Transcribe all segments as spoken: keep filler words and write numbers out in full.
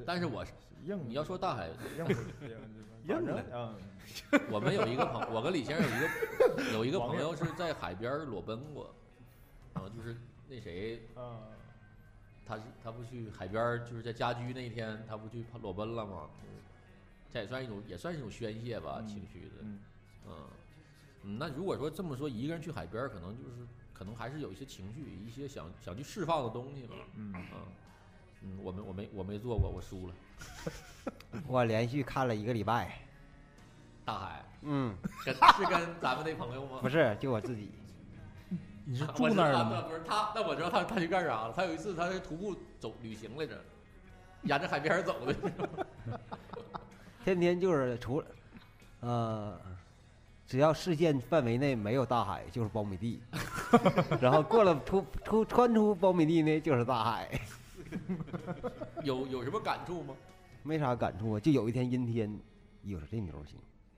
但是我是硬， 你要说大海硬不硬硬的啊。 我们有一个朋，我跟李先生有一个有一个朋友是在海边裸奔过，然后就是那谁啊， 他是他不去海边，就是在家居那一天，他不去裸奔了吗？这也算一种也算是一种宣泄吧， 嗯、 情绪的。 嗯嗯嗯，那如果说这么说，一个人去海边，可能就是可能还是有一些情绪，一些想想去释放的东西吧。 嗯嗯嗯，我没我没我没做过，我输了。 我连续看了一个礼拜。 大海， 嗯， 跟是跟咱们那朋友吗？ 不是，就我自己。 你是住那儿了吗？ 不是他，那我知道他他去干啥了。他有一次他是徒步走旅行来着，沿着海边走的。 天天就是除了，呃，只要视线范围内没有大海，就是苞米地，然后过了出出穿出苞米地呢，就是大海。 有有什么感触吗？ 没啥感触啊，就有一天阴天，有这牛行。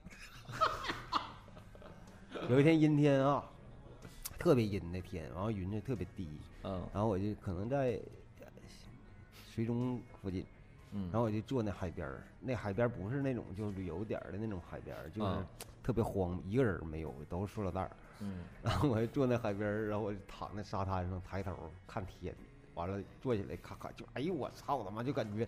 有一天阴天啊，特别阴那天，然后云就特别低， 嗯， 然后我就可能在水中附近， 嗯， 然后我就坐那海边儿，那海边不是那种就是旅游点的那种海边，就是特别荒，一个人没有，都是塑料袋儿， 嗯， 然后我就坐那海边，然后我就躺在沙滩上抬头看天，完了坐起来咔咔就，哎呦我操他妈，就感觉。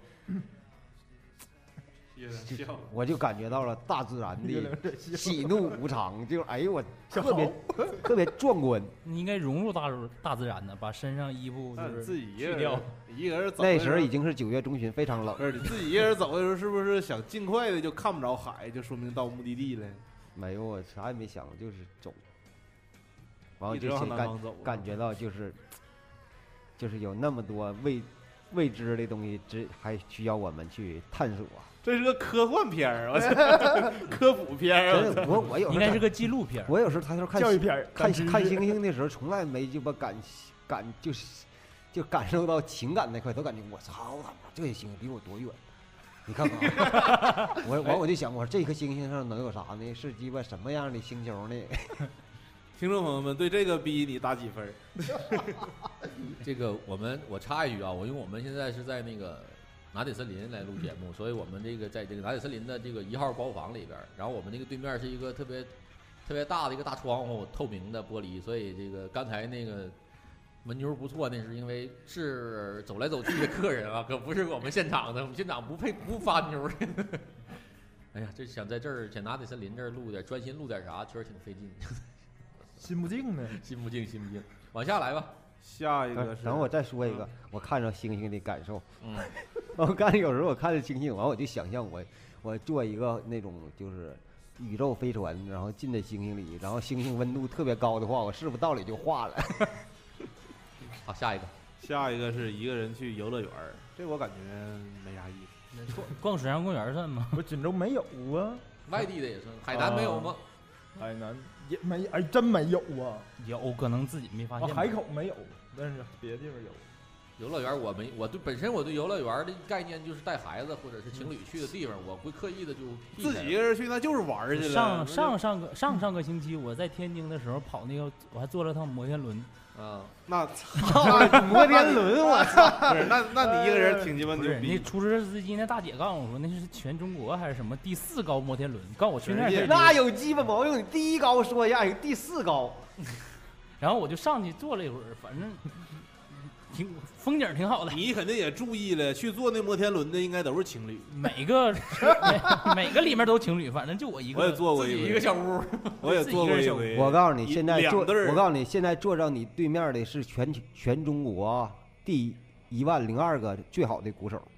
就我就感觉到了大自然的喜怒无常，就哎呦我特别特别壮观。 你应该融入大大自然的，把身上衣服就是自己去掉。 一个人走那时候已经是九月中旬，非常冷。 不是你自己一个人走的时候，是不是想尽快的就看不着海，就说明到目的地了？ 没有，我啥也没想，就是走。然后就感感觉到就是就是有那么多未未知的东西，只还需要我们去探索。 这是个科幻片儿，我操，科普片儿。 我我有应该是个纪录片。 我有时候抬头看教育片， 看看星星的时候，从来没就把感感就是就感受到情感那块，都感觉我操他妈，这些星星离我多远？你看看啊，我完我就想，我说这颗星星上能有啥呢？是鸡巴什么样的星球呢？ 听众朋友们，对这个逼你打几分？ 这个我们我插一句啊，我因为我们现在是在那个。拿铁森林来录节目，所以我们这个在这个拿铁森林的这个一号包房里边，然后我们那个对面是一个特别特别大的一个大窗户，透明的玻璃，所以这个刚才那个门妞不错，那是因为是走来走去的客人啊，可不是我们现场的，我们现场不配不发妞。哎呀，这想在这儿在拿铁森林这儿录点专心录点啥，确实挺费劲。 心不静呢， 心不静，心不静，往下来吧。 下一个是， 等我再说一个，我看着星星的感受。 嗯， 我看有时候我看着星星，完我就想象我我坐一个那种就是宇宙飞船，然后进在星星里，然后星星温度特别高的话，我是不是到里就化了？ 好，下一个， 下一个是一个人去游乐园，这我感觉没啥意思。 逛逛水上公园算吗？ 不，锦州没有啊， 外地的也算，海南没有吗？ 海南也没，哎，真没有啊， 有可能自己没发现。 啊、海口没有，但是别的地方有。 游乐园我没，我对本身我对游乐园的概念就是带孩子或者是情侣去的地方，我会刻意的就自己一个人去，那就是玩去了。 上上上个上上个星期我在天津的时候跑那个，我还坐了趟摩天轮。 啊， 那摩天轮，我操！ 不是，那那你一个人挺鸡巴牛逼。 那出租车司机那大姐告诉我说，那是全中国还是什么第四高摩天轮？告诉我去那儿。 那有鸡巴毛用？你第一高说一下，第四高。 然后我就上去坐了一会儿，反正挺风景挺好的。 你肯定也注意了，去坐那摩天轮的应该都是情侣， 每个每每个里面都情侣，反正就我一个。 我也坐过一个小屋， 我也坐过一回。 我告诉你，现在坐，我告诉你，现在坐上你对面的是全全中国第一万零二个最好的鼓手，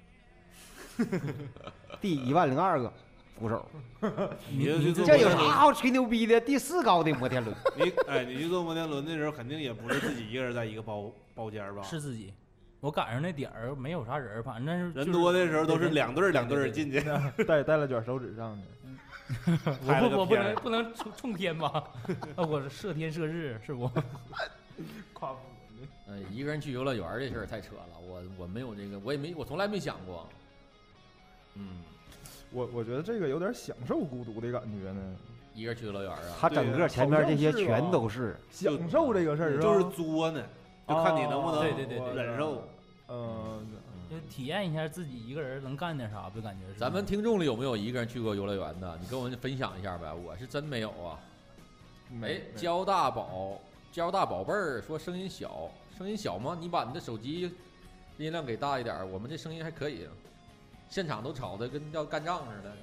第一万零二个。鼓手， 你去坐这有啥好吹牛逼的？第四高的摩天轮， 你哎，你去坐摩天轮的时候，肯定也不是自己一个人在一个包包间吧？ 是自己，我赶上那点儿没有啥人，反正是、 就是、人多的时候都是两对两对进去， 带带了卷手指上去。我不我不能不能冲冲天吧？我是射天射日是不？ 跨步。 呃，一个人去游乐园这事儿太扯了，我我没有这个，我也没我从来没想过。嗯。 我我觉得这个有点享受孤独的感觉呢。 一个人去游乐园啊， 他整个前面这些全都是享受这个事儿， 就是作呢，就看你能不能对对对忍受。 嗯， 就体验一下自己一个人能干点啥，不感觉是？ 咱们听众里有没有一个人去过游乐园的？你跟我们分享一下呗。我是真没有啊。哎，交大宝，交大宝贝儿说声音小，声音小吗？你把你的手机音量给大一点，我们这声音还可以。现场都吵得跟要干仗似的。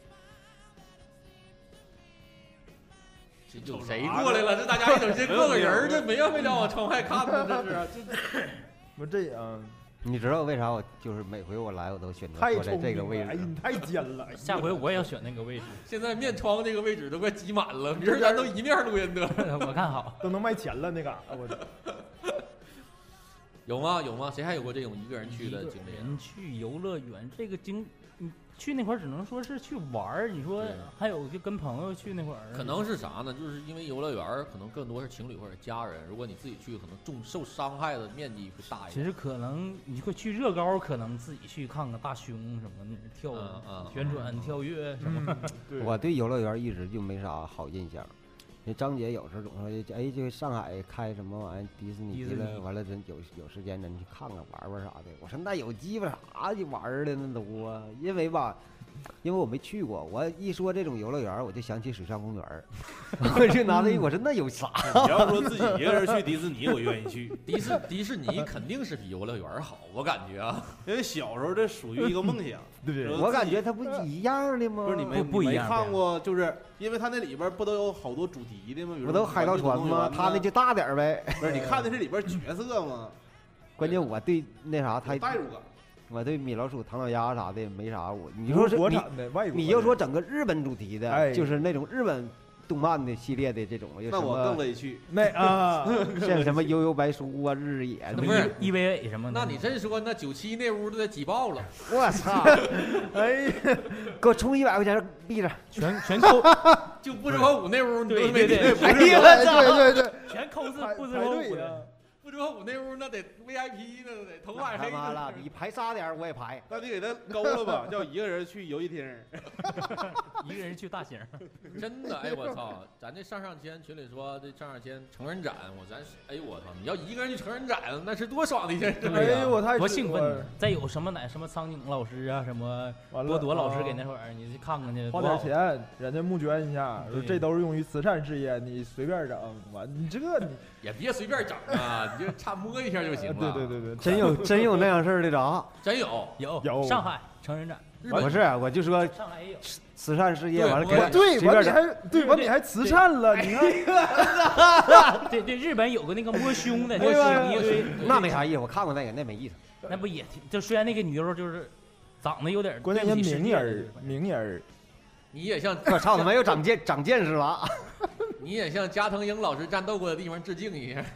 这有谁过来了？这大家一整这过个人儿，这没完没了往窗外看呢，这是。这我这样。 你知道为啥我就是每回我来我都选择太坐在这个位置？ 哎，你太尖了。 下回我也要选那个位置。 现在面窗这个位置都快挤满了，明儿咱都一面录音得了。 我看好， 都能卖钱了那嘎达，我。 有吗？有吗？谁还有过这种一个人去的经历？ 人去游乐园这个经，你去那会儿只能说是去玩儿。你说还有就跟朋友去那会儿， 可能是啥呢？就是因为游乐园可能更多是情侣或者家人，如果你自己去，可能重受伤害的面积会大一点。 其实可能你会去乐高，可能自己去看看大熊什么的，跳、 嗯嗯、 旋转、 嗯、 跳跃什么。 嗯、对我对游乐园一直就没啥好印象。那张姐有时候总说，哎，这个上海开什么玩意儿迪士尼了，完了咱有有时间咱去看看玩玩啥的。我说那有鸡巴啥去玩的那都啊，因为吧，因为我没去过，我一说这种游乐园，我就想起水上公园儿。我就拿着，我说那有啥？ 你要说自己一个人去迪士尼，我愿意去。 迪士迪士尼肯定是比游乐园好，我感觉啊， 因为小时候这属于一个梦想。 对， 我感觉它不一样的吗？ 不是你没不一样没看过，就是因为它那里边不都有好多主题的吗？ 不都海盗船吗？它那就大点呗。 不是，你看的是里边角色吗？ 关键我对那啥，它代入感。 我对米老鼠、唐老鸭啥的没啥。我你说是国产的、外国的， 你要说整个日本主题的， 哎、 就是那种日本动漫的系列的这种， 那我更乐意去。 那啊， 像什么悠悠白书啊、日野， 什么 E V A 什么的。 那你这说，那九七那屋都得挤爆了。 我操！ 哎呀， 给我充一百块钱，闭着， 全全扣。 就不折合五那屋，你对对对对， 哎呀， 对对对， 全扣是不折合五的。 不折合五那屋那得 V I P 呢，得头发黑。 他妈了，你排仨点我也排。 那你给他勾了吧，叫一个人去游戏厅， 一个人去大型。 真的，哎我操！咱这上上签群里说这上上签成人展，我咱哎呦我操！你要一个人去成人展，那是多爽的一件事！ 哎呦我太多兴奋！再有什么哪什么苍井老师啊，什么波多老师给那会儿，你去看看去， 花点钱，人家募捐一下，这都是用于慈善事业，你随便整，完你这你也别随便整啊！你就差摸一下就行了。 对对对对， 真有真有那样事儿的咋？ 真有有有上海成人展， 不是，我就说上海也有慈善事业，完了给对，完你还对完你还慈善了，你看， 对对，日本有个那个摸胸的， 摸胸一堆，那没啥意思，我看过那个，那没意思。 那不也就虽然那个女优就是长得有点， 关键人名人名人， 你也像我操他妈又长见长见识了， 你也向加藤鹰老师战斗过的地方致敬一下。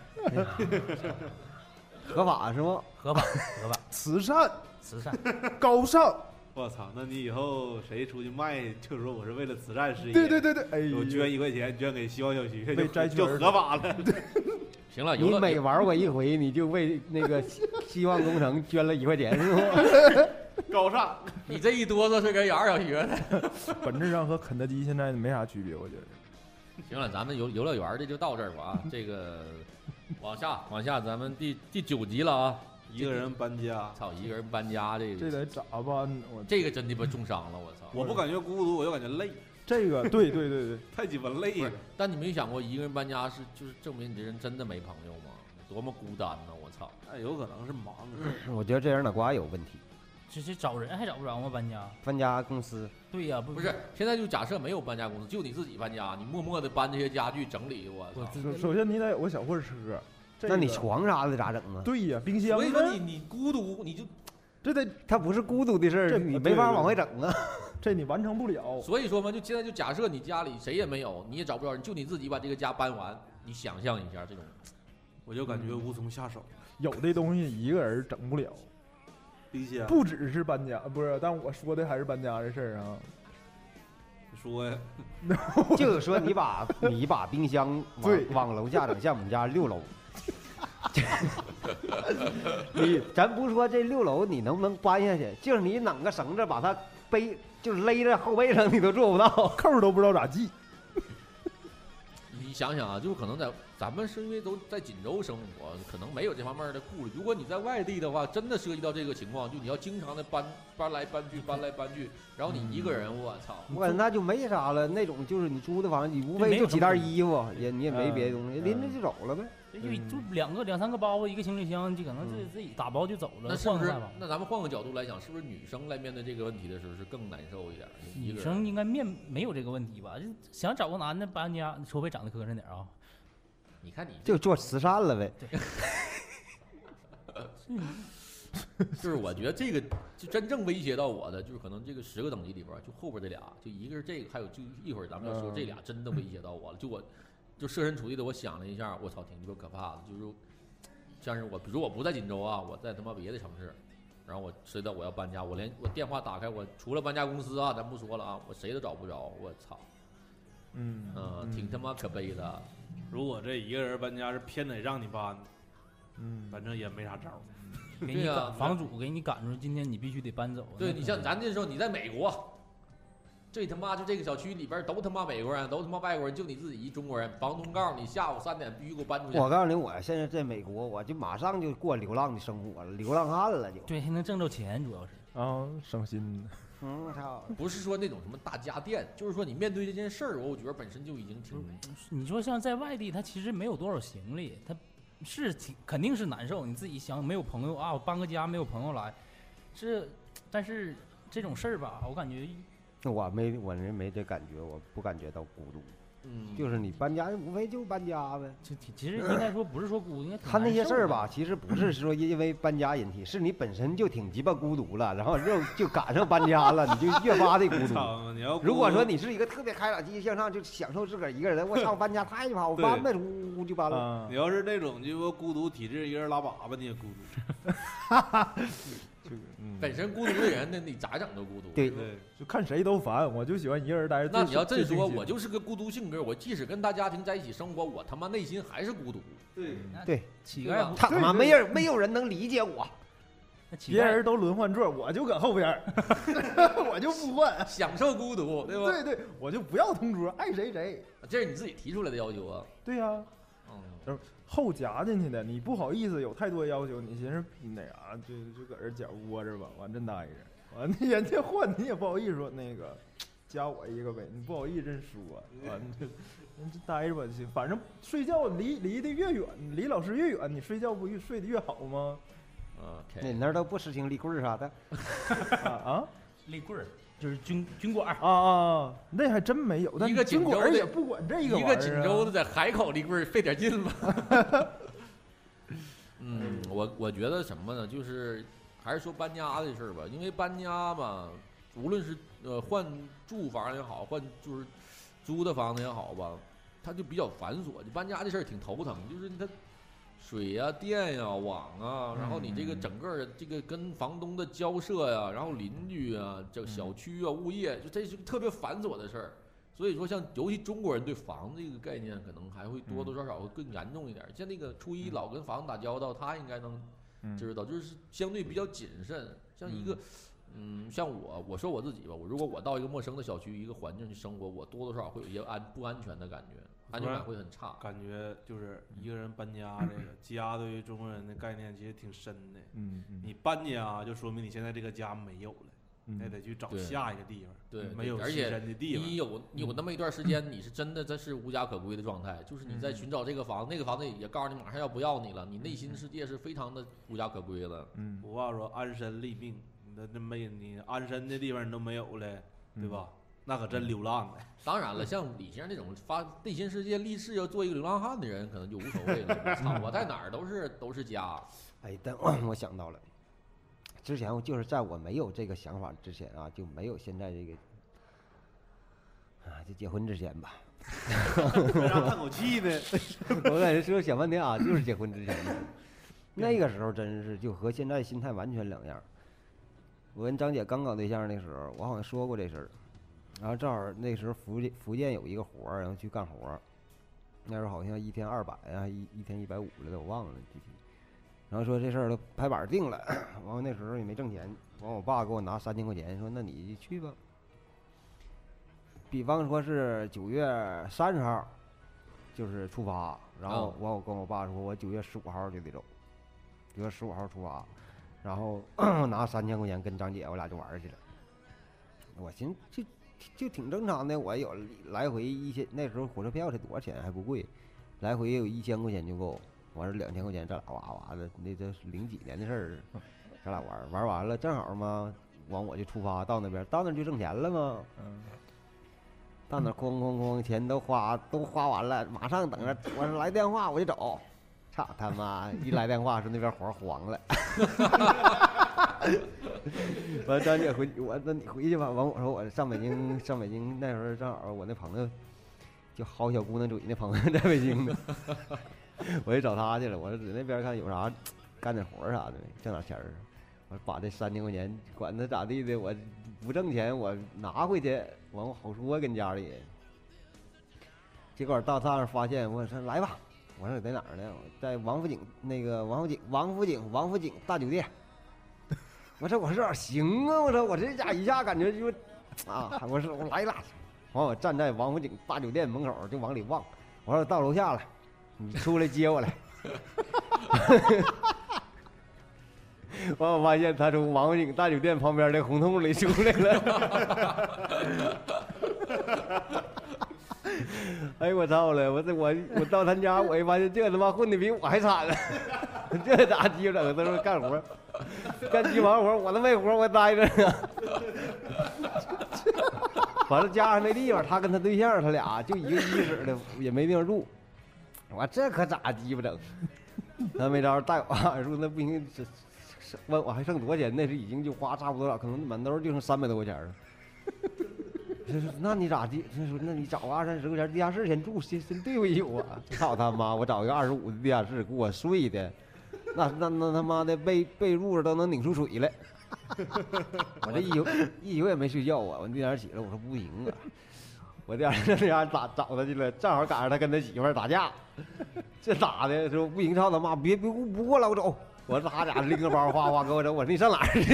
合法是不？ 合法合法， 慈善慈善高尚。 我操！那你以后谁出去卖，就说我是为了慈善事业， 对对对对，哎， 我捐一块钱捐给希望小区， 被摘就合法了。 行了， 你每玩过一回，你就为那个希望工程捐了一块钱，是不？ 高尚， 你这一哆嗦是跟二小学的， 本质上和肯德基现在没啥区别，我觉得。 行了，咱们游游乐园这就到这儿吧啊，这个往下往下，咱们第第九集了啊。 一个人搬家， 操！一个人搬家，这个这得咋办？我这个真的不重伤了，我操！ 我不感觉孤独，我就感觉累。 这个对对对对， 太鸡巴累了。 但你没想过，一个人搬家是就是证明你这人真的没朋友吗？多么孤单呢！我操！ 那有可能是忙。 我觉得这人脑瓜有问题。 这这找人还找不着吗？搬家？ 搬家公司？ 对呀，不不是。现在就假设没有搬家公司，就你自己搬家，你默默的搬这些家具整理，我操！ 首首先你得有个小货车。 那你床啥的咋整啊？ 对呀，冰箱。 所以说你你孤独，你就这得， 它不是孤独的事儿，你没法往回整啊。 这你完成不了。 所以说嘛，就现在就假设你家里谁也没有，你也找不着人，就你自己把这个家搬完，你想象一下这种， 我就感觉无从下手。 有的东西一个人整不了。 冰箱不只是搬家，不是，但我说的还是搬家的事儿啊。 说呀， 就是说你把你把冰箱往往楼下整，像我们家六楼。你咱不说这六楼你能不能搬下去，就是你弄个绳子把它背，就是勒在后背上，你都做不到， 扣都不知道咋系。 你想想啊，就是可能在咱们是因为都在锦州生活，可能没有这方面的顾虑。如果你在外地的话，真的涉及到这个情况，就你要经常的搬搬来搬去，搬来搬去，然后你一个人，我操！ 我感觉那就没啥了，那种就是你租的房子，你无非就几件衣服，也你也没别的东西，拎着就走了呗。 就就两个两三个包袱，一个行李箱，就可能自己自己打包就走了。 那是不是？那咱们换个角度来讲，是不是女生来面对这个问题的时候是更难受一点？ 女生应该面没有这个问题吧？就想找个男的搬家，除非长得磕碜点啊。 你看你就做慈善了呗。 就是我觉得这个就真正威胁到我的，就是可能这个十个等级里边，就后边这俩，就一个是这个，还有就一会儿咱们要说这俩真的威胁到我了。就我就设身处地的我想了一下，我操，挺鸡巴可怕的。就是像是我，比如我不在锦州啊，我在他妈别的城市，然后我知道我要搬家，我连我电话打开，我除了搬家公司啊，咱不说了啊，我谁都找不着，我操。 嗯呃、嗯，挺他妈可悲的。 如果这一个人搬家是偏得让你搬， 嗯， 反正也没啥招儿。 给你赶房主给你赶出，今天你必须得搬走。 对你像咱这时候你在美国，这他妈就这个小区里边都他妈美国人，都他妈外国人，就你自己一中国人。房东告诉你下午三点必须给我搬出去。 我告诉你，我现在在美国，我就马上就过流浪的生活了，流浪汉了就。 对，还能挣着钱，主要是。 啊，省心。 嗯，我操！ 不是说那种什么大家电，就是说你面对这件事儿，我觉得本身就已经挺。 你说像在外地，他其实没有多少行李，他是挺肯定是难受。你自己想，没有朋友啊，我搬个家没有朋友来，是，但是这种事儿吧，我感觉。 我没，我人没这感觉，我不感觉到孤独。 嗯， 就是你搬家，无非就搬家呗。 就其实应该说不是说孤独，应该他那些事儿吧，其实不是说因为搬家引起，是你本身就挺鸡巴孤独了，然后又就赶上搬家了，你就越发的孤独。 你要如果说你是一个特别开朗、积极向上，就享受自个儿一个人，我操，搬家太好，我搬呗，呜呜就搬了。 你要是那种就孤独体质，一个人拉粑粑你也孤独。 本身孤独的人，那你咋整都孤独。 对对， 就看谁都烦，我就喜欢一个人待着。 那你要这说，我就是个孤独性格，我即使跟大家庭在一起生活，我他妈内心还是孤独。 对对， 乞丐他他妈没人没有人能理解我。 别人都轮换座，我就搁后边我就不换， 享受孤独，对吧？ 对对，我就不要同桌，爱谁谁。 这是你自己提出来的要求啊？ 对呀、啊，嗯，后加进去的，你不好意思有太多要求，你寻思那啥，就就搁这脚窝着吧，完真待着，完人家换你也不好意思说那个加我一个呗，你不好意思真说，完就就待着吧就行，反正睡觉离离得越远，离老师越远，你睡觉不越睡得越好吗？ Okay. 那你那儿都不实行立棍儿啥的？ 啊啊， 立棍儿就是军军管啊啊，那还真没有。但一个军管也不管这个、啊， 一个锦州的在海口立棍儿费点劲吧。嗯，我我觉得什么呢？就是还是说搬家的事儿吧，因为搬家吧，无论是呃换住房也好，换就是租的房子也好吧，它就比较繁琐。就搬家这事儿挺头疼，就是它。水呀、啊、电呀、啊、网啊，然后你这个整个这个跟房东的交涉呀、啊，然后邻居啊、这小区啊、物业，就这是特别繁琐的事儿。所以说，像尤其中国人对房这个概念，可能还会多多少少会更严重一点。像那个初一老跟房子打交道，他应该能知道，就是相对比较谨慎。像一个，嗯，像我，我说我自己吧，我如果我到一个陌生的小区、一个环境去生活，我多多少少会有一些安不安全的感觉。安全感会很差， 感觉就是一个人搬家，这个家对于中国人的概念其实挺深的。 嗯嗯， 你搬家就说明你现在这个家没有了，那、嗯、得去找下一个地方。 对， 没有而且的地方。 你有你有那么一段时间，你是真的这是无家可归的状态，就是你在寻找这个房子，那个房子也告诉你马上要不要你了，你内心世界是非常的无家可归的。 嗯， 古话说安身立命，你的那没你安身的地方你都没有了，对吧？嗯，那可真流浪了。 当然了，像李先生这种发内心世界立誓要做一个流浪汉的人，可能就无所谓了。操，我在哪儿都是都是家。 哎，但我想到了，之前我就是在我没有这个想法之前啊，就没有现在这个啊，就结婚之前吧。 让叹口气呢。 我感觉说想半天啊，就是结婚之前的。那个时候真是就和现在心态完全两样。我跟张姐刚搞对象那时候，我好像说过这事儿。然后正好那时候福建福建有一个活儿，然后去干活儿，那时候好像一天二百啊，一一天一百五来的，我忘了具体。然后说这事儿都拍板定了，完了那时候也没挣钱，完我爸给我拿三千块钱，说那你去吧。比方说是九月三十号， 就是出发，然后完我跟我爸说，我九月十五号就得走，九月十五号出发，然后拿三千块钱跟张姐我俩就玩去了。我寻思就就挺正常的，我有来回一千，那时候火车票才多少钱还不贵，来回也有一千块钱就够。完了两千块钱，咱俩哇哇的，那这是零几年的事儿，咱俩玩玩完了，正好嘛，完我就出发到那边，到那就挣钱了嘛。 嗯， 到那哐哐哐，钱都花都花完了，马上等着我说来电话我就走。操他妈！一来电话说那边活黄了。完张姐回我那你回去吧。完我说我上北京上北京那时候正好我那朋友就薅小姑娘嘴那朋友在北京呢。我就找他去了，我说在那边看有啥干点活啥的，挣点钱儿。我把这三千块钱管他咋地的，我不挣钱我拿回去，完我好说跟家里人。结果到那儿发现，我说来吧，我说在哪儿呢？在王府井那个王府井王府井王府井大酒店。我说我说行啊，我说我这家一下感觉就啊，我说我来了。完我站在王府井大酒店门口就往里望，我说到楼下了。你出来接我来，完我发现他从王府井大酒店旁边的胡同里出来了。哎呦我操了！我这我我到他家，我一发现这他妈混的比我还惨了，这咋鸡整？他说干活，干鸡毛活，我都没活，我待着呢。完了家还没地方，他跟他对象他俩就一个一室的，也没地方住。我这可咋鸡巴整？他没招带我说那不行，这问我还剩多少钱？那时已经就花差不多了，可能满兜就剩三百多块钱了。他说那你咋地？他说那你找个二三十块钱地下室先住，先先对付一宿啊！操他妈！我找一个二十五的地下室给我睡的，那那那他妈的被被褥都能拧出水来。我这一宿一宿也没睡觉啊！我那天起来我说不行啊。我第二天那家找找他去了，正好赶上他跟他媳妇儿打架，这打的说不行，操他妈，别别不过来，我走。我说他俩拎个包哗哗跟我走，我说你上哪儿去？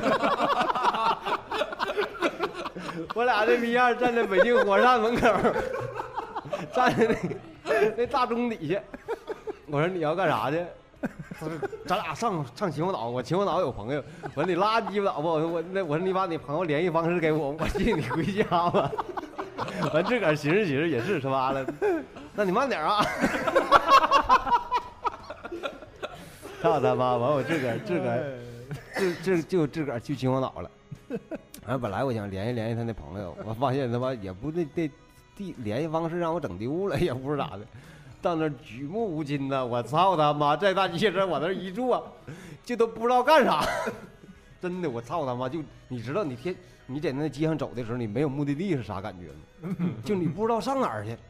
我俩这逼样站在北京火车站门口，站在那那大钟底下。我说你要干啥去？他说咱俩上上秦皇岛，我秦皇岛有朋友。我说你拉鸡巴倒吧，我说我那我说你把你朋友联系方式给我，我信你回家吧。完自个儿寻思寻思也是他妈的，那你慢点啊！操他妈！完我自个儿自个儿自自就自个儿去秦皇岛了。完本来我想联系联系他那朋友，我发现他妈也不那那地联系方式让我整丢了，也不知咋的。到那儿举目无亲呐！我操他妈！在大街上往那儿一坐，就都不知道干啥。真的，我操他妈！就你知道你天。你在那街上走的时候，你没有目的地是啥感觉吗？就你不知道上哪儿去。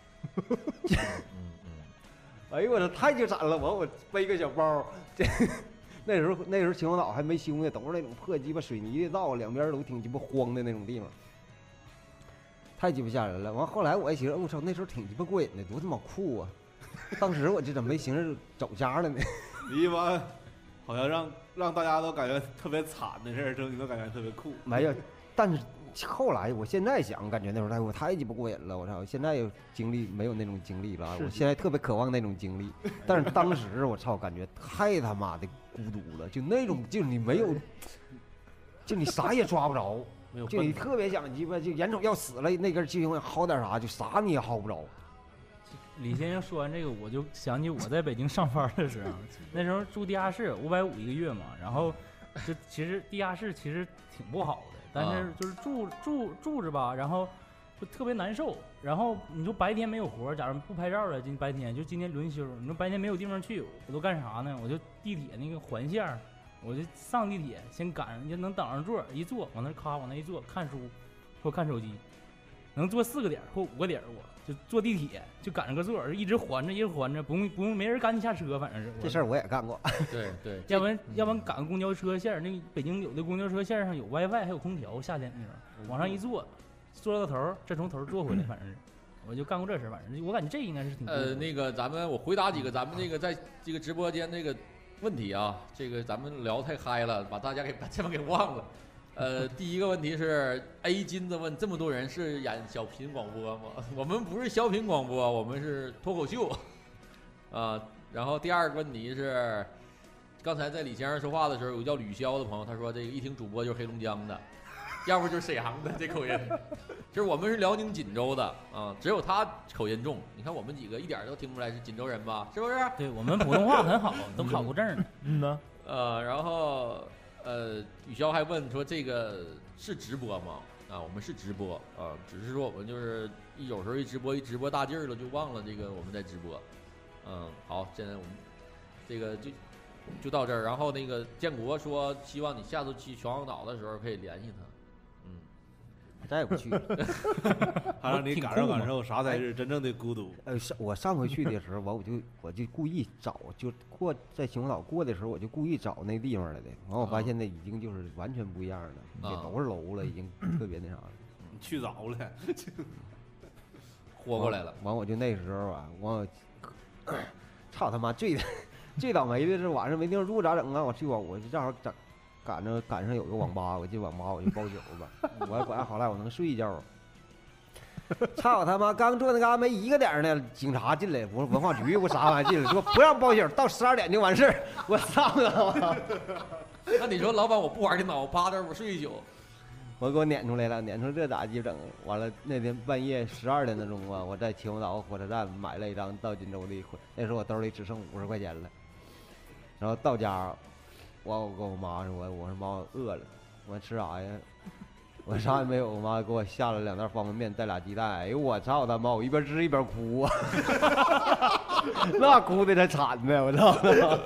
哎呦我这太就惨了！我我背个小包，这那时候那时候秦皇岛还没修呢，都是那种破鸡巴水泥的道，两边都挺鸡巴荒的那种地方，太鸡巴吓人了。完后来我一寻思，我操，那时候挺鸡巴过瘾的，多他妈酷啊！当时我就怎么没寻思走家了呢？ 你一般好像让让大家都感觉特别惨的事儿，之后你都感觉特别酷。 没有，但是后来我现在想，感觉那时候哎我太鸡巴过瘾了，我操！现在有经历没有那种经历了，我现在特别渴望那种经历。但是当时我操，感觉太他妈的孤独了，就那种就你没有，就你啥也抓不着，就你特别想鸡巴就眼瞅要死了，那根气球薅点啥，就啥你也薅不着。 李先生说完这个，我就想起我在北京上班的时候，那时候住地下室，五百五一个月嘛，然后就其实地下室其实挺不好的，但是就是住住住着吧，然后就特别难受。然后你说白天没有活，假如不拍照了，今白天就今天轮休，你说白天没有地方去，我都干啥呢？我就地铁那个环线，我就上地铁先赶上，就能等上座，一坐往那咔往那一坐，看书或看手机，能坐四个点或五个点我。就坐地铁就赶上个座，一直环着一直环着，不用不用没人赶你下车，反正是这事儿我也干过。 对对， 要不然要不然赶个公交车线，那北京有的公交车线上有 WiFi 还有空调，夏天那时候往上一坐，坐到头再从头坐回来，反正是我就干过这事，反正我感觉这应该是挺呃那个咱们我回答几个咱们那个在这个直播间这个问题啊，这个咱们聊太嗨了，把大家给把这帮给忘了。 呃，第一个问题是 A 金子问，这么多人是演小品广播吗？我们不是小品广播，我们是脱口秀。啊，然后第二个问题是，刚才在李先生说话的时候，有个叫吕潇的朋友，他说这个一听主播就是黑龙江的，要不就是沈阳的这口音。就是我们是辽宁锦州的啊，只有他口音重。你看我们几个一点都听不出来是锦州人吧？是不是？ 对我们普通话很好，都考过证呢。 嗯呢。 呃，然后呃，雨潇还问说这个是直播吗？啊，我们是直播啊，只是说我们就是一有时候一直播一直播大劲儿了，就忘了这个我们在直播。嗯，好，现在我们这个就就到这儿。然后那个建国说，希望你下次去秦皇岛的时候可以联系他。嗯， 再也不去了。 还让你感受感受啥才是真正的孤独。 呃，上我上回去的时候，完我就我就故意找，就过在秦皇岛过的时候，我就故意找那地方来的。完我发现那已经就是完全不一样了，也都是楼了，已经特别那啥了。 你去早了， 活过来了。 完我就那时候啊，完我操他妈最最倒霉的是晚上没地方住咋整啊？我去网我就正好赶赶着赶上有个网吧，我进网吧我就包宿吧，我管好赖我能睡一觉。操他妈！刚坐那嘎没一个点呢，警察进来，我说文化局，我啥玩意儿进来，说不让包宿，到十二点就完事儿。我操他妈！ 那你说老板我不玩电脑，我趴这儿我睡一宿。 我给我撵出来了，撵出这咋鸡整？完了那天半夜十二点多钟啊，我在秦皇岛火车站买了一张到锦州的火，那时候我兜里只剩五十块钱了。然后到家，我我跟我妈说，我我说妈我饿了，我吃啥呀？我啥也没有，我妈给我下了两袋方便面，带俩鸡蛋。哎呦我操他妈！我一边吃一边哭啊，那哭的才惨呢！我操！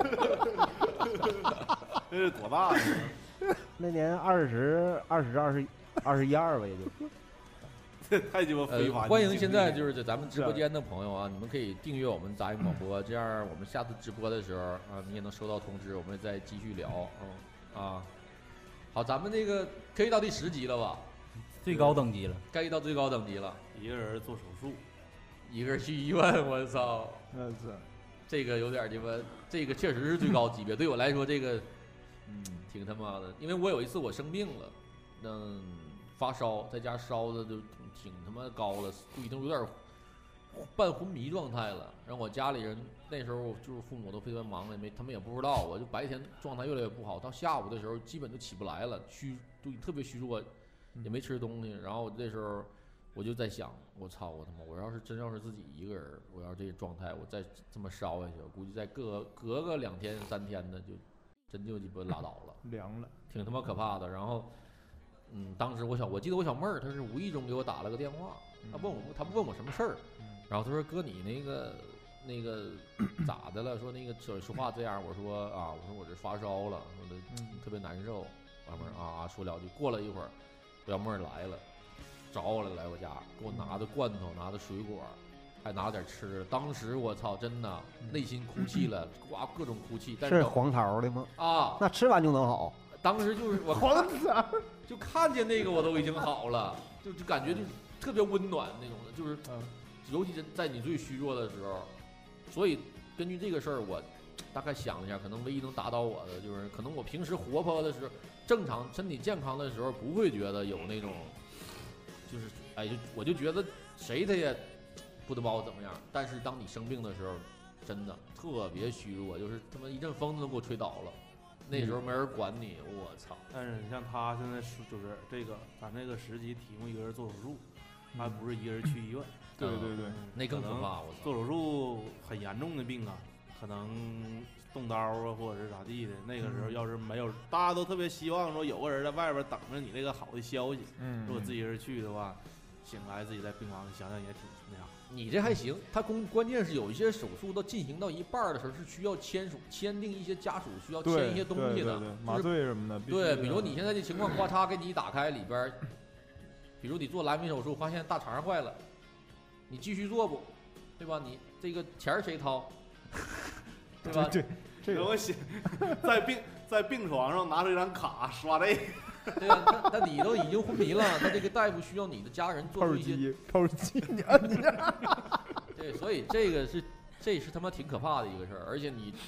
这是多大呀？ 那年二十二十二十二十一二吧，也就。 这太鸡巴非法、 呃！欢迎现在就是在咱们直播间的朋友啊，你们可以订阅我们杂音广播，这样我们下次直播的时候啊，你也能收到通知，我们再继续聊。嗯啊，好，咱们这个可以到第十集了吧？ 最高等级了， 该到最高等级了。 一个人做手术， 一个人去医院，我操！ 那是这个有点鸡巴，这个确实是最高级别。对我来说，这个嗯挺他妈的，因为我有一次我生病了，嗯发烧，在家烧的就挺挺他妈高了，就已经有点半昏迷状态了。然后我家里人那时候就是父母都非常忙了，没他们也不知道，我就白天状态越来越不好，到下午的时候基本就起不来了，虚就特别虚弱，也没吃东西。然后这时候我就在想，我操我他妈，我要是真要是自己一个人，我要这个状态，我再这么烧下去，我估计再隔隔个两天三天的就真就鸡巴拉倒了， 凉了， 挺他妈可怕的。然后。嗯，当时我小，我记得我小妹儿，她是无意中给我打了个电话，她问我，她不问我什么事儿，然后她说哥你那个那个咋的了？说那个说说话这样，我说啊，我说我这发烧了，说的特别难受。小妹儿啊啊说两句，过了一会儿，我小妹儿来了，找我了，来我家，给我拿的罐头，拿的水果，还拿了点吃的。当时我操，真的内心哭泣了，哇，各种哭泣。但是是黄桃的吗？ 啊， 那吃完就能好。 当时就是我黄桃。 就看见那个我都已经好了，就就感觉就特别温暖那种的，就是，尤其是在你最虚弱的时候，所以根据这个事儿，我大概想了一下，可能唯一能打倒我的就是，可能我平时活泼的时候，正常身体健康的时候，不会觉得有那种，就是哎就我就觉得谁他也不能把我怎么样，但是当你生病的时候，真的特别虚弱，就是他妈一阵风都给我吹倒了。那时候没人管你，我操！ 但是你像他现在是就是这个，咱这个十级题目一个人做手术，还不是一个人去医院。 对对对， 那更可怕！我操！ 做手术很严重的病啊，可能动刀啊，或者是咋地的。那个时候要是没有，大家都特别希望说有个人在外边等着你那个好的消息。嗯，如果自己人去的话，醒来自己在病房里想想也挺那啥。 你这还行，他关关键是有一些手术到进行到一半的时候是需要签署签订一些家属需要签一些东西的， 麻醉什么的。 对，比如你现在的情况，咔嚓给你一打开，里边，比如你做阑尾手术，发现大肠坏了，你继续做不，对吧？你这个钱儿谁掏？对吧？ 对，这个我写在病在病床上拿出一张卡刷这个。 对啊，那那你都已经昏迷了，那这个大夫需要你的家人做出一些扣机，你按你。 对，所以这个是这是他妈挺可怕的一个事儿，而且你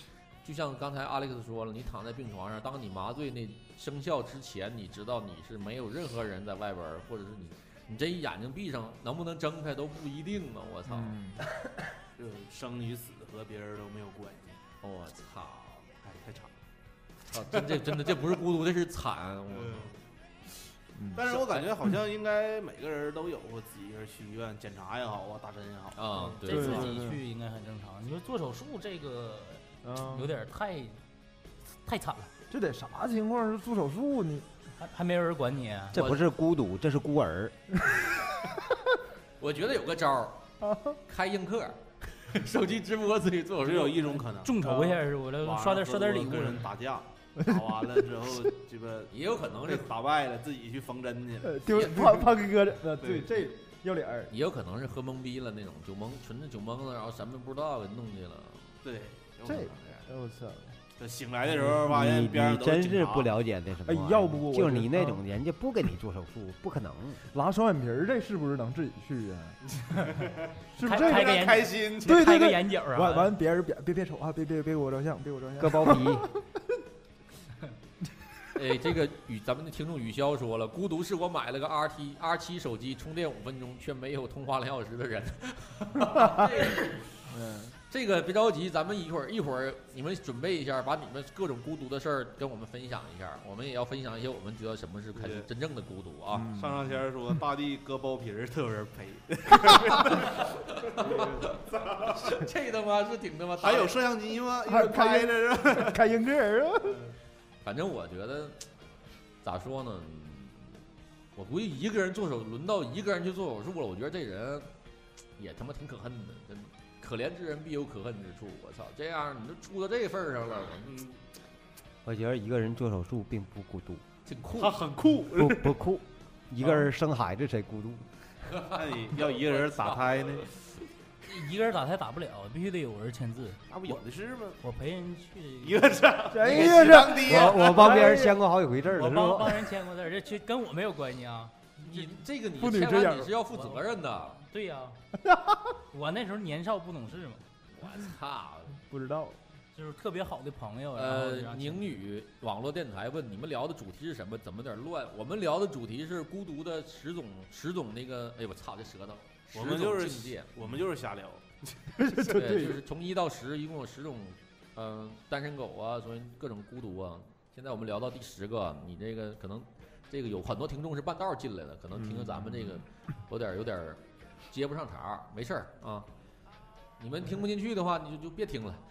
就像刚才 Alex 说了，你躺在病床上，当你麻醉那生效之前，你知道你是没有任何人在外边，或者是你你这一眼睛闭上，能不能睁开都不一定呢。我操， 嗯、 就生与死和别人都没有关系。 我操， 哎，太惨了！啊，真这真的这不是孤独，这是惨。我嗯、 但是我感觉好像应该每个人都有过自己是去医院检查也好啊，打针也好啊， 对，自己去应该很正常。你说做手术这个，嗯，有点太太惨了。 这得啥情况是做手术你还还没有人管你、啊？ 这不是孤独，这是孤儿。 我觉得有个招儿，开映客，手机直播自己做手术， 只有一种可能， 众筹一下是我来刷点刷点礼物， 跟人打架。打完了之后，这个也有可能是打败了，自己去缝针去了， 丢怕怕哥的，对这要脸儿。 也有可能是喝懵逼了那种，酒懵纯是酒懵了，然后什么不知道给弄去了。 对， 这我操！ 这醒来的时候发现边上都真是不了解那什么。 哎，要不就是你那种人家不给你做手术，不可能。 拉双眼皮儿，这是不是能自己去啊？是不是开个眼开心？ 对开个眼角啊！ 完完，别人别别别瞅啊！别别别给我照相，别给我照相。 割包皮。 哎，这个雨咱们的听众雨潇说了，孤独是我买了个 R T R 七手机，充电五分钟却没有通话两小时的人。嗯，这个别着急，咱们一会儿一会儿你们准备一下，把你们各种孤独的事儿跟我们分享一下，我们也要分享一些我们觉得什么是开始真正的孤独啊。 上上签说大地割包皮儿，特有人赔。 这他妈是挺他妈。 还有摄像机吗？还开着是吧？ 开映客啊。 反正我觉得，咋说呢？我估计一个人做手，轮到一个人去做手术了，我觉得这人也他妈挺可恨的，真可怜之人必有可恨之处。我操，这样你都出到这份儿上了，嗯， 我觉得一个人做手术并不孤独， 挺酷， 他很酷， 不不酷，一个人生孩子才孤独。 那你要一个人打胎呢？ 一个人打胎打不了，必须得有人签字。 那不有的是吗？ 我陪人去一个是， 一个是我我帮别人签过好几回字了， 我帮帮人签过字，这去跟我没有关系啊。 你这个你签完你是要负责任的。 对呀，我那时候年少不懂事嘛。 我操， 不知道。 就是特别好的朋友。 呃，宁宇网络电台问你们聊的主题是什么？怎么有点乱？我们聊的主题是孤独的十种十种那个，哎我操这舌头。 我们就是我们就是瞎聊， 对，就是从一到十，一共有十种，嗯、呃，单身狗啊，所以各种孤独啊。现在我们聊到第十个，你这个可能这个有很多听众是半道进来的，可能听着咱们这个有点有点接不上茬，没事儿啊。你们听不进去的话，你就就别听了。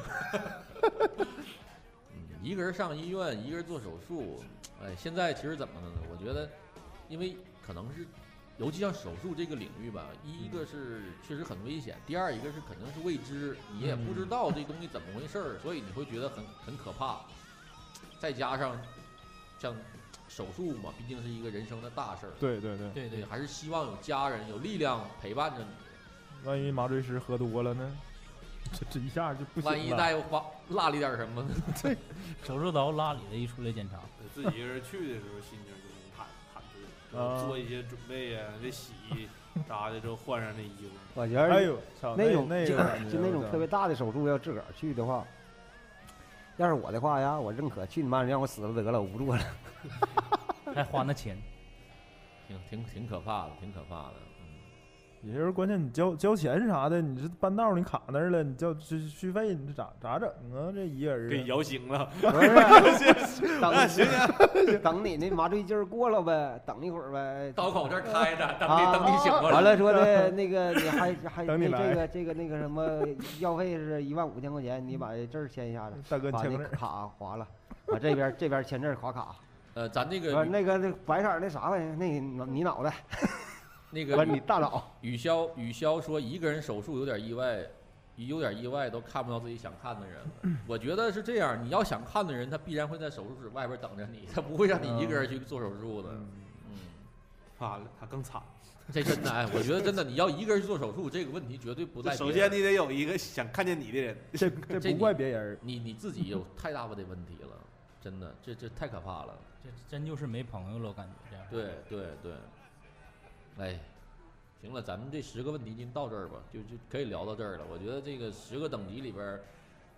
嗯，一个人上医院，一个人做手术，哎，现在其实怎么呢？我觉得，因为可能是。尤其像手术这个领域吧，一个是确实很危险，第二一个是肯定是未知，你也不知道这东西怎么回事儿，所以你会觉得很很可怕。再加上像手术嘛，毕竟是一个人生的大事儿。 对对对对对， 还是希望有家人有力量陪伴着你。 万一麻醉师喝多了呢？这这一下就不行了。 万一再挖落里点什么呢？ 对，手术刀拉里的一出来检查， 自己一个人去的时候心情就很忐忐忑，做一些准备呀，这洗啥的之后换上那衣服。 我觉得哎呦， 那种那就就那种特别大的手术，要自个儿去的话，要是我的话呀，我认可去你妈，让我死了得了，我不做了， 还花那钱， 挺挺挺可怕的，挺可怕的。 也就是关键，你交交钱啥的，你这半道你卡那儿了，你交续续费，你这咋咋整啊？这一个人给摇醒了， 不是等行行，等你那麻醉劲儿过了呗，等一会儿呗。 刀口这儿开着，等你等你醒过来。 完了说的那个你还还等你这个这个那个什么药费是一万五千块钱，你把这儿签一下子， 大哥把那卡划了，把这边这边签字划卡。 呃，咱那个那个那白色那啥玩意，那你脑袋。 那个你大脑雨潇雨潇说一个人手术有点意外，有点意外都看不到自己想看的人。我觉得是这样，你要想看的人，他必然会在手术室外边等着你，他不会让你一个人去做手术的。嗯， 啊，他更惨。 这真的，哎，我觉得真的，你要一个人去做手术，这个问题绝对不在。 首先你得有一个想看见你的人， 这这不怪别人， 你你自己有太大的问题了，真的，这这太可怕了。 这真就是没朋友了，我感觉这样。 对对对。哎，行了，咱们这十个问题已经到这儿吧，就就可以聊到这儿了。我觉得这个十个等级里边，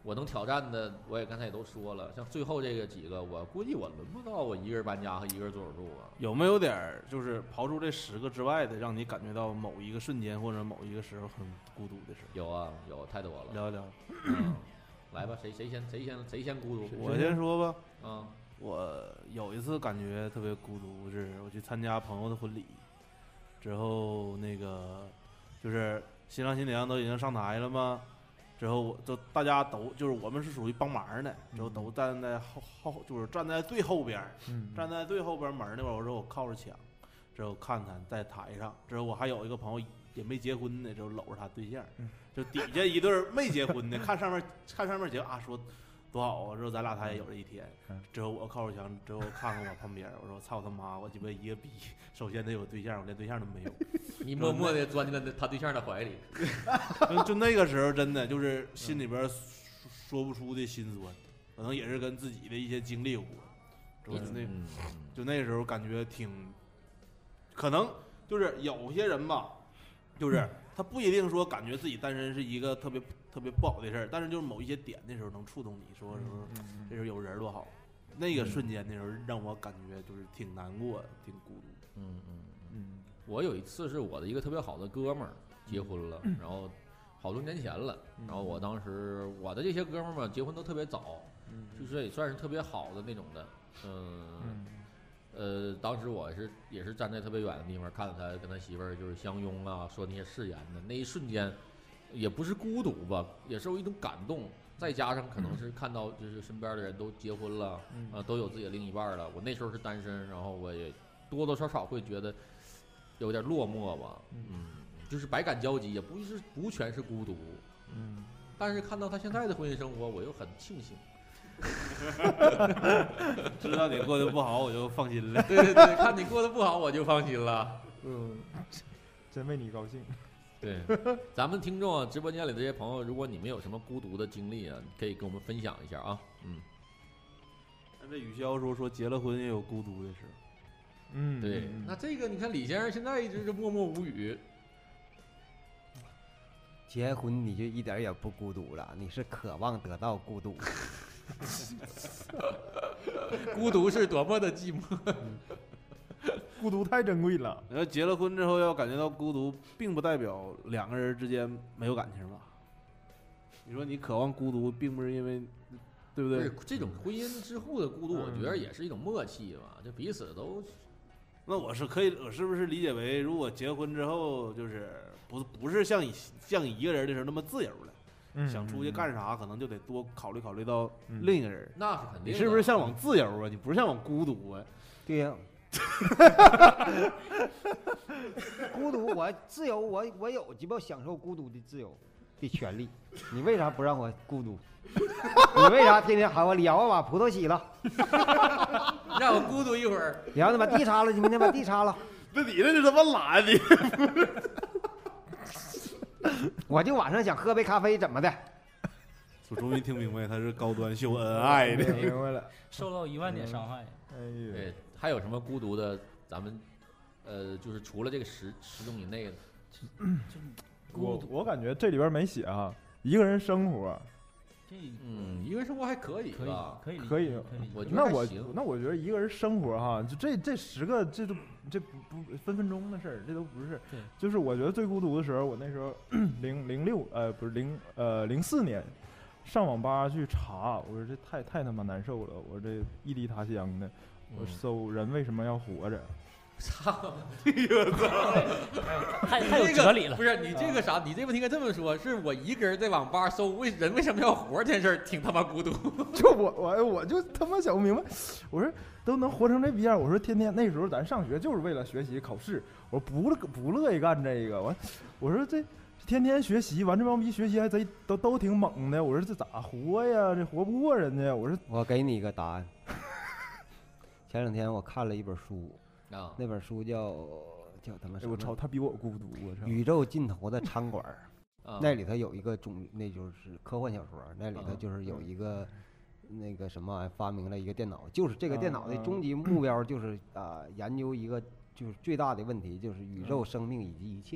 我能挑战的，我也刚才也都说了，像最后这个几个，我估计我轮不到我一个人搬家和一个人做手术啊。 有没有点儿就是刨出这十个之外的，让你感觉到某一个瞬间或者某一个时候很孤独的事？ 有啊，有太多了。 聊一聊。 嗯，来吧，谁谁先谁先谁先孤独？ 我先说吧。 嗯， 我有一次感觉特别孤独，是我去参加朋友的婚礼，之后那个就是新郎新娘都已经上台了嘛。之后我就大家都就是我们是属于帮忙的，之后都站在后后就是站在最后边，嗯、站在最后边门那边。我说我靠着墙，之后看看在台上。之后我还有一个朋友也没结婚的，就搂着他对象，就底下一对没结婚的，看上面看上面结啊说多好啊，之后咱俩他也有这一天。之后我靠着墙，之后看看我旁边，我说操他妈，我鸡巴一个逼，首先得有对象，我连对象都没有。 你默默地钻进了他对象的怀里。 就, 就那个时候真的就是心里边说不出的心酸，可能也是跟自己的一些经历有关。就那就那时候感觉挺，可能就是有些人吧，就是他不一定说感觉自己单身是一个特别特别不好的事儿，但是就是某一些点那时候能触动你，说说这时候有人多好。那个瞬间那时候让我感觉就是挺难过，挺孤独。 嗯嗯嗯。我有一次是我的一个特别好的哥们儿结婚了，然后好多年前了，然后我当时我的这些哥们儿们结婚都特别早，就是也算是特别好的那种的，嗯，呃，当时我是也是站在特别远的地方看着他跟他媳妇儿就是相拥啊，说那些誓言的那一瞬间，也不是孤独吧，也是有一种感动，再加上可能是看到就是身边的人都结婚了，啊，都有自己的另一半了，我那时候是单身，然后我也多多少少会觉得有点落寞吧，嗯，就是百感交集，也不是不全是孤独，嗯，但是看到他现在的婚姻生活，我又很庆幸。 知道你过得不好，我就放心了。 对对对，看你过得不好，我就放心了。 嗯，真为你高兴。 对，咱们听众啊，直播间里的这些朋友，如果你们有什么孤独的经历啊，可以跟我们分享一下啊。嗯。 这雨潇说说结了婚也有孤独的事。 嗯， 对。那这个你看李先生现在一直是默默无语。 结婚你就一点也不孤独了，你是渴望得到孤独。 孤独是多么的寂寞。 孤独太珍贵了。 然后结了婚之后要感觉到孤独，并不代表两个人之间没有感情吧？你说你渴望孤独，并不是因为，对不对？ 不是这种婚姻之后的孤独，我觉得也是一种默契吧，就彼此都。 那我是可以，我是不是理解为，如果结婚之后就是不不是像你像一个人的时候那么自由了？嗯、想出去干啥，可能就得多考虑考虑到另一个人。 嗯、那是肯定。 你是不是向往自由啊？你不是向往孤独啊？ 对呀、啊。孤独，我自由，我我有鸡巴享受孤独的自由的权利。你为啥不让我孤独？你为啥天天喊我聊把葡萄洗了？ 让我孤独一会儿。 然后你把地擦了，你明天把地擦了。 那你那是他妈懒的。 我就晚上想喝杯咖啡，怎么的？ 我终于听明白他是高端秀恩爱的， 明白了， 受到一万点伤害。 哎呦， 对，还有什么孤独的？咱们呃，就是除了这个十十种以内的， 我我感觉这里边没写啊，一个人生活。 嗯，一个人生活还可以， 可以，可以， 可以。 我觉得那我那我觉得一个人生活哈，就这这十个，这都这不不分分钟的事儿，这都不是。 对， 就是我觉得最孤独的时候，我那时候零零六呃不是零呃零四年，上网吧去查，我说这太太他妈难受了，我这异地他乡的，我搜人为什么要活着。 操！ 我操！ 太太有哲理了。 不是你这个啥？你这问题应该这么说：是我一个人在网吧搜为人为什么要活这件事儿，挺他妈孤独。 就我我我就他妈想不明白，我说都能活成这逼样，我说天天那时候咱上学就是为了学习考试，我说不不乐意干这个，我我说这天天学习完这帮逼学习还贼都都挺猛的，我说这咋活呀？这活不过人家。我说我给你一个答案。前两天我看了一本书。啊，那本书叫叫他妈什么？ 我操，他比我孤独！我操， 宇宙尽头的餐馆，啊、那里头有一个种，那就是科幻小说，那里头就是有一个、嗯、那个什么发明了一个电脑，就是这个电脑的终极目标就是啊、呃、研究一个就是最大的问题，就是宇宙生命以及一切。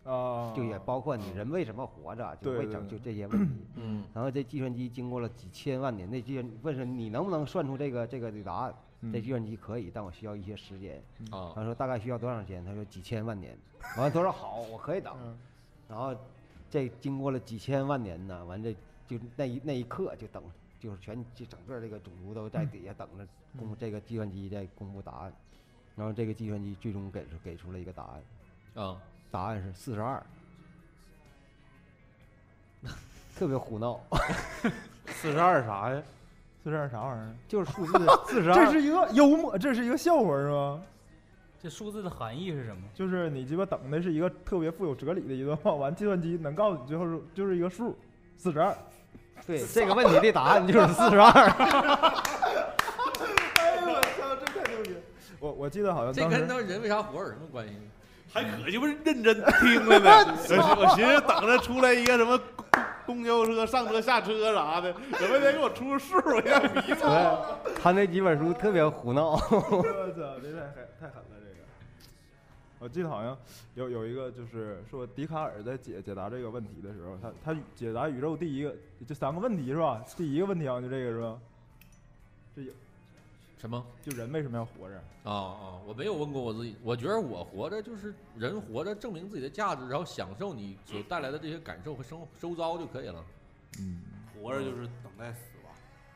啊， 就也包括你人为什么活着，就为整就这些问题。 嗯， 然后这计算机经过了几千万年，那计算问是你能不能算出这个这个的答案？这计算机可以，但我需要一些时间。 啊， 他说大概需要多长时间？他说几千万年。完了他说好，我可以等。然后这经过了几千万年呢，完这就那一那一刻就等，就是全就整个这个种族都在底下等着公布这个计算机在公布答案。然后这个计算机最终给出给出了一个答案。 啊， 答案是四十二。特别胡闹。 四十二啥呀？ 四十二啥玩意儿？ 就是数字四十二。 这是一个幽默，这是一个笑话是吧？ 这数字的含义是什么？ 就是你鸡巴等的是一个特别富有哲理的一段话，完计算机能告诉你最后是就是一个数，四十二。 对，这个问题的答案就是四十二。 哎呦我操，这太牛逼！我我记得好像这跟那人为啥活有什么关系？ 还可鸡巴认真听了呢。我我寻思等着出来一个什么公交车上车下车啥的，怎么得给我出个数，我有点迷错。他那几本书特别胡闹。 我操，这太太狠了这个。我记得好像有有一个就是说笛卡尔在解解答这个问题的时候，他他解答宇宙第一个这三个问题是吧？第一个问题好像就这个是吧？这有什么？ 就人为什么要活着？ 啊啊！我没有问过我自己，我觉得我活着就是人活着，证明自己的价值，然后享受你所带来的这些感受和生活周遭就可以了。 嗯， 活着就是等待死亡。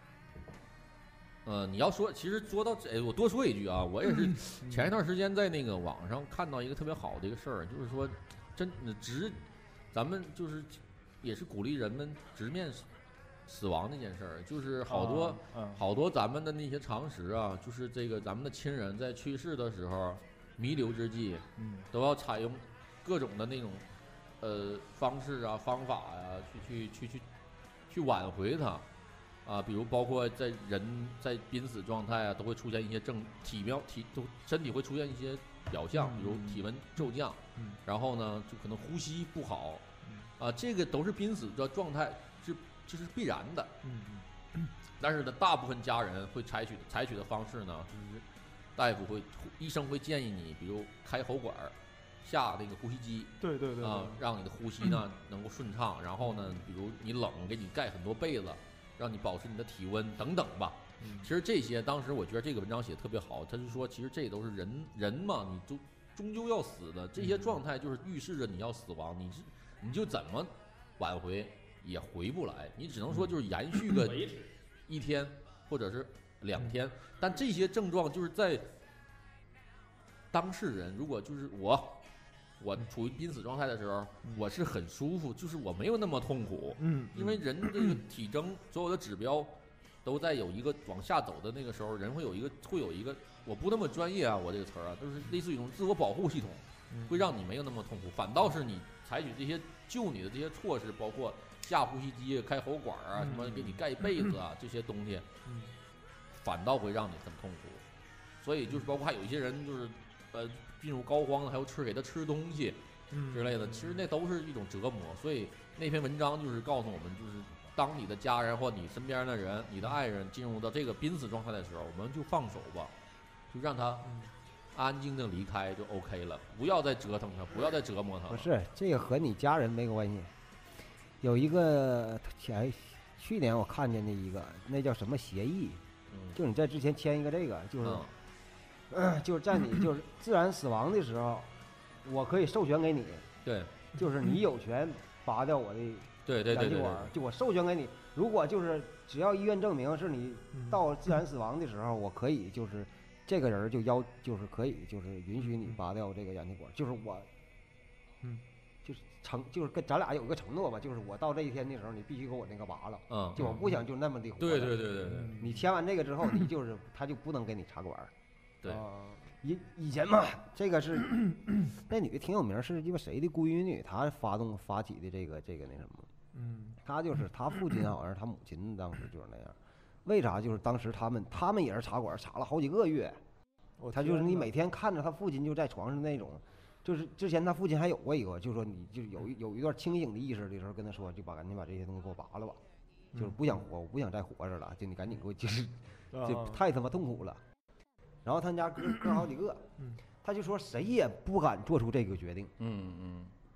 呃，你要说，其实说到这，哎，我多说一句啊，我也是前一段时间在那个网上看到一个特别好的一个事儿，就是说，真直，咱们就是也是鼓励人们直面死亡那件事儿，就是好多、 啊嗯、 好多咱们的那些常识啊，就是这个咱们的亲人在去世的时候弥留之际， 嗯， 都要采用各种的那种呃方式啊、方法呀、啊，去去去去去挽回它。啊，比如包括在人在濒死状态啊，都会出现一些症体表体都身体会出现一些表象，比如体温骤降， 嗯， 然后呢就可能呼吸不好，啊，这个都是濒死的状态，是这是必然的， 嗯嗯。但是呢，大部分家人会采取采取的方式呢，就是大夫会医生会建议你，比如开喉管下那个呼吸机， 对对对啊，让你的呼吸呢能够顺畅，然后呢，比如你冷，给你盖很多被子。让你保持你的体温等等吧。其实这些当时我觉得这个文章写得特别好，他就说其实这都是人人嘛，你就终究要死的，这些状态就是预示着你要死亡，你是你就怎么挽回也回不来，你只能说就是延续个一天或者是两天，但这些症状就是在当事人如果就是我。我处于濒死状态的时候，我是很舒服，就是我没有那么痛苦。 嗯， 因为人这个体征所有的指标都在有一个往下走的那个时候，人会有一个会有一个，我不那么专业啊，我这个词儿啊，就是类似于一种自我保护系统，会让你没有那么痛苦。反倒是你采取这些救你的这些措施，包括下呼吸机、开喉管啊，什么给你盖被子啊这些东西，反倒会让你很痛苦。所以就是包括还有一些人就是呃。进入膏肓的，还有吃给他吃东西之类的，其实那都是一种折磨。所以那篇文章就是告诉我们，就是当你的家人或你身边的人、你的爱人进入到这个濒死状态的时候，我们就放手吧，就让他安静的离开就 OK 了，不要再折腾他，不要再折磨他。 不是这个和你家人没关系。有一个前去年我看见的一个，那叫什么协议？ 嗯， 就你在之前签一个这个，就是。 嗯嗯，就是在你就是自然死亡的时候，我可以授权给你， 对， 就是你有权拔掉我的对对对对， 就我授权给你。如果就是只要医院证明是你到自然死亡的时候，我可以就是这个人就要就是可以就是允许你拔掉这个氧气管，就是我， 嗯， 就是承就是跟咱俩有一个承诺吧，就是我到这一天的时候，你必须给我那个拔了， 嗯， 就我不想就那么的活。 对对对对对， 你签完这个之后，你就是他就不能给你插管。 对， 以以前嘛，这个是那女的挺有名，是因为谁的闺女，她发动发起的这个这个那什么， 嗯， 她就是她父亲好像是她母亲当时就是那样，为啥？就是当时他们他们也是插管，插了好几个月，他就是你每天看着他父亲就在床上那种，就是之前他父亲还有过一个，就是说你就有有一段清醒的意识的时候跟他说，就把赶紧把这些东西给我拔了吧，就是不想活，我不想再活着了，就你赶紧给我，就是就太他妈痛苦了。然后他家哥哥好几个，他就说谁也不敢做出这个决定。 嗯嗯，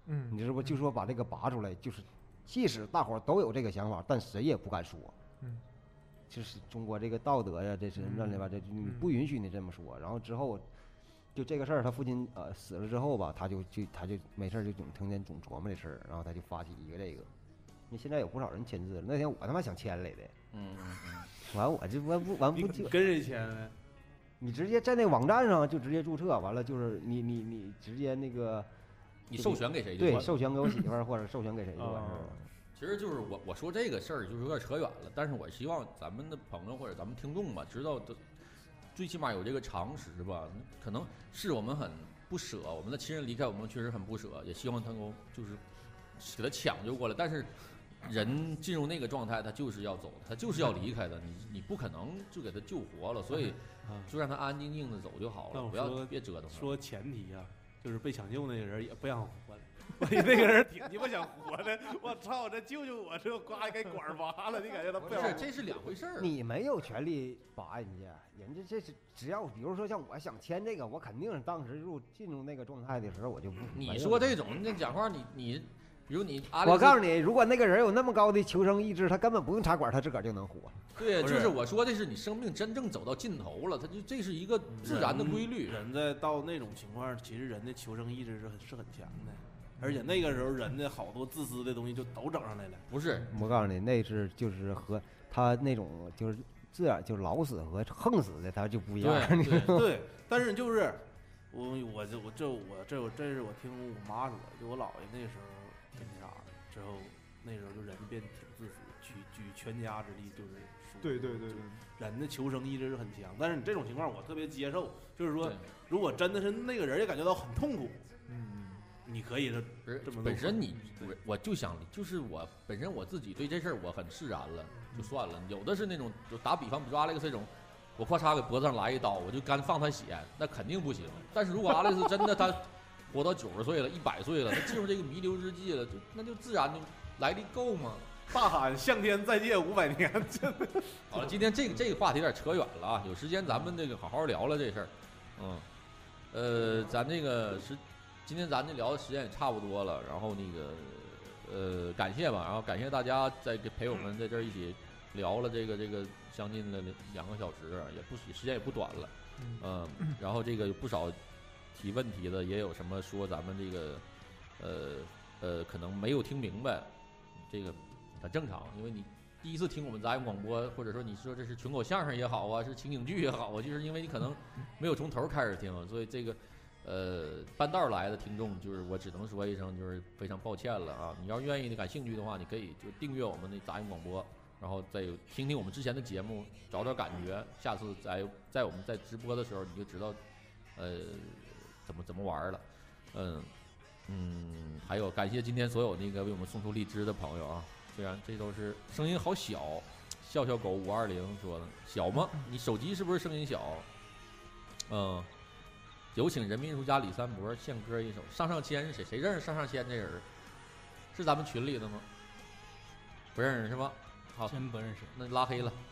嗯， 你知不？就说把这个拔出来，就是即使大伙儿都有这个想法，但谁也不敢说。 嗯， 就是中国这个道德呀，这是乱七八糟，你不允许你这么说。然后之后，就这个事儿，他父亲呃死了之后吧，他就就他就没事就总天天总琢磨这事儿，然后他就发起一个这个。你现在有不少人签字了，那天我他妈想签来的， 嗯嗯嗯， 完我就完不完不就跟人签呢？ 你直接在那网站上就直接注册，完了就是你你你直接那个， 你授权给谁就对， 算授权给我媳妇儿或者授权给谁就完事儿了。 其实就是我我说这个事儿就是有点扯远了，但是我希望咱们的朋友或者咱们听众吧，知道的，最起码有这个常识吧。可能是我们很不舍，我们的亲人离开我们确实很不舍，也希望他能够就是给他抢救过来。但是人进入那个状态，他就是要走，他就是要离开的，你你不可能就给他救活了，所以就让他安安静静的走就好了，不要别折腾。 说前提啊，就是被抢救那个人也不想活了。万一那个人挺鸡巴想活的，我操！这救救我，这呱给管拔了，你感觉他不是？这是两回事儿。 你没有权利拔人家，人家这是只要比如说像我想签这个，我肯定是当时入进入那个状态的时候，我就不。 你说这种那讲话，你你，比如你阿， 我告诉你，如果那个人有那么高的求生意志，他根本不用插管，他自个儿就能活。 对，就是我说的是你生命真正走到尽头了，他就这是一个自然的规律。 人在到那种情况，其实人的求生意志是很是很强的。而且那个时候人的好多自私的东西就都整上来了。 不是， 我告诉你，那是就是和他那种就是自然就老死和横死的他就不一样。 对对对，但是就是我我这我这我这我这是我听我妈说，就我姥爷那时候跟那啥之后，那时候就人变挺自私，举举全家之力就是。 对对对对， 人的求生意志是很强，但是你这种情况我特别接受，就是说，如果真的是那个人也感觉到很痛苦， 嗯。 你可以是这么本身你我我就想就是我本身我自己对这事儿我很释然了，就算了。有的是那种就打比方，比如阿莱克斯这种，我咔嚓给脖子上来一刀，我就干放他血，那肯定不行。但是如果阿莱克斯真的他活到九十岁了、一百岁了，他进入这个弥留之际了，就那就自然就来历够吗？ 大喊向天再借五百年。 好了，今天这个这个话题有点扯远了啊，有时间咱们这个好好聊聊这事儿。嗯，呃，咱这个是。今天咱这聊的时间也差不多了，然后那个呃感谢吧，然后感谢大家在陪我们在这儿一起聊了这个这个将近了两个小时，也不时间也不短了，嗯、呃，然后这个有不少提问题的，也有什么说咱们这个呃呃可能没有听明白，这个很正常，因为你第一次听我们杂音广播，或者说你说这是群口相声也好啊，是情景剧也好啊，就是因为你可能没有从头开始听，所以这个。呃，半道来的听众，就是我只能说一声，就是非常抱歉了啊！你要愿意、你感兴趣的话，你可以就订阅我们的杂音广播，然后再听听我们之前的节目，找找感觉。下次在在我们在直播的时候，你就知道，呃，怎么怎么玩了。嗯嗯，还有感谢今天所有那个为我们送出荔枝的朋友啊！虽然这都是声音好小，笑笑狗五二零说的小吗？你手机是不是声音小？嗯。有请人民艺术家李三博献歌一首。上上签是谁？谁认识上上签这人？是咱们群里的吗？不认识是吧？好， 真不认识， 那拉黑了。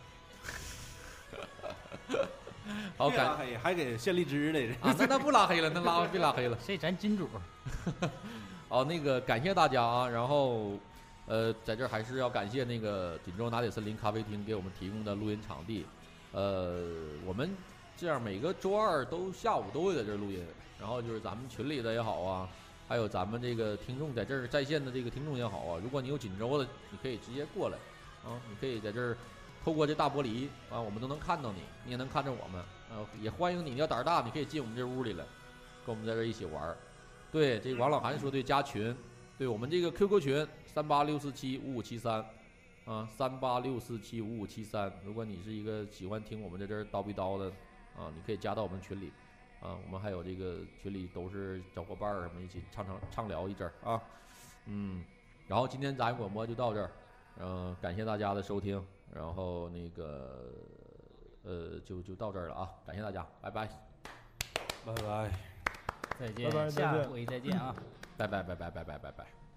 好， 拉黑还给献荔枝来着啊！那那不拉黑了，那拉别拉黑了。 谁咱金主？ 好，那个感谢大家啊，然后呃，在这儿还是要感谢那个锦州拿铁森林咖啡厅给我们提供的录音场地。呃，我们。这样每个周二都下午都会在这儿录音，然后就是咱们群里的也好啊，还有咱们这个听众在这儿在线的这个听众也好啊，如果你有锦州的，你可以直接过来啊，你可以在这儿透过这大玻璃啊，我们都能看到你，你也能看着我们，呃，也欢迎你，你要胆儿大，你可以进我们这屋里来，跟我们在这儿一起玩。对，这王老韩说对，加群，对我们这个 Q Q 群三八六四七五五七三啊，三八六四七五五七三，如果你是一个喜欢听我们在这儿叨逼叨的。啊，你可以加到我们群里，啊，我们还有这个群里都是小伙伴儿，什么一起畅畅畅聊一阵儿啊，嗯，然后今天杂音广播就到这儿，嗯、呃，感谢大家的收听，然后那个呃就就到这儿了啊，感谢大家，拜拜， 拜拜， 再见， 拜拜， 下回再见啊， 拜拜拜拜拜拜拜拜。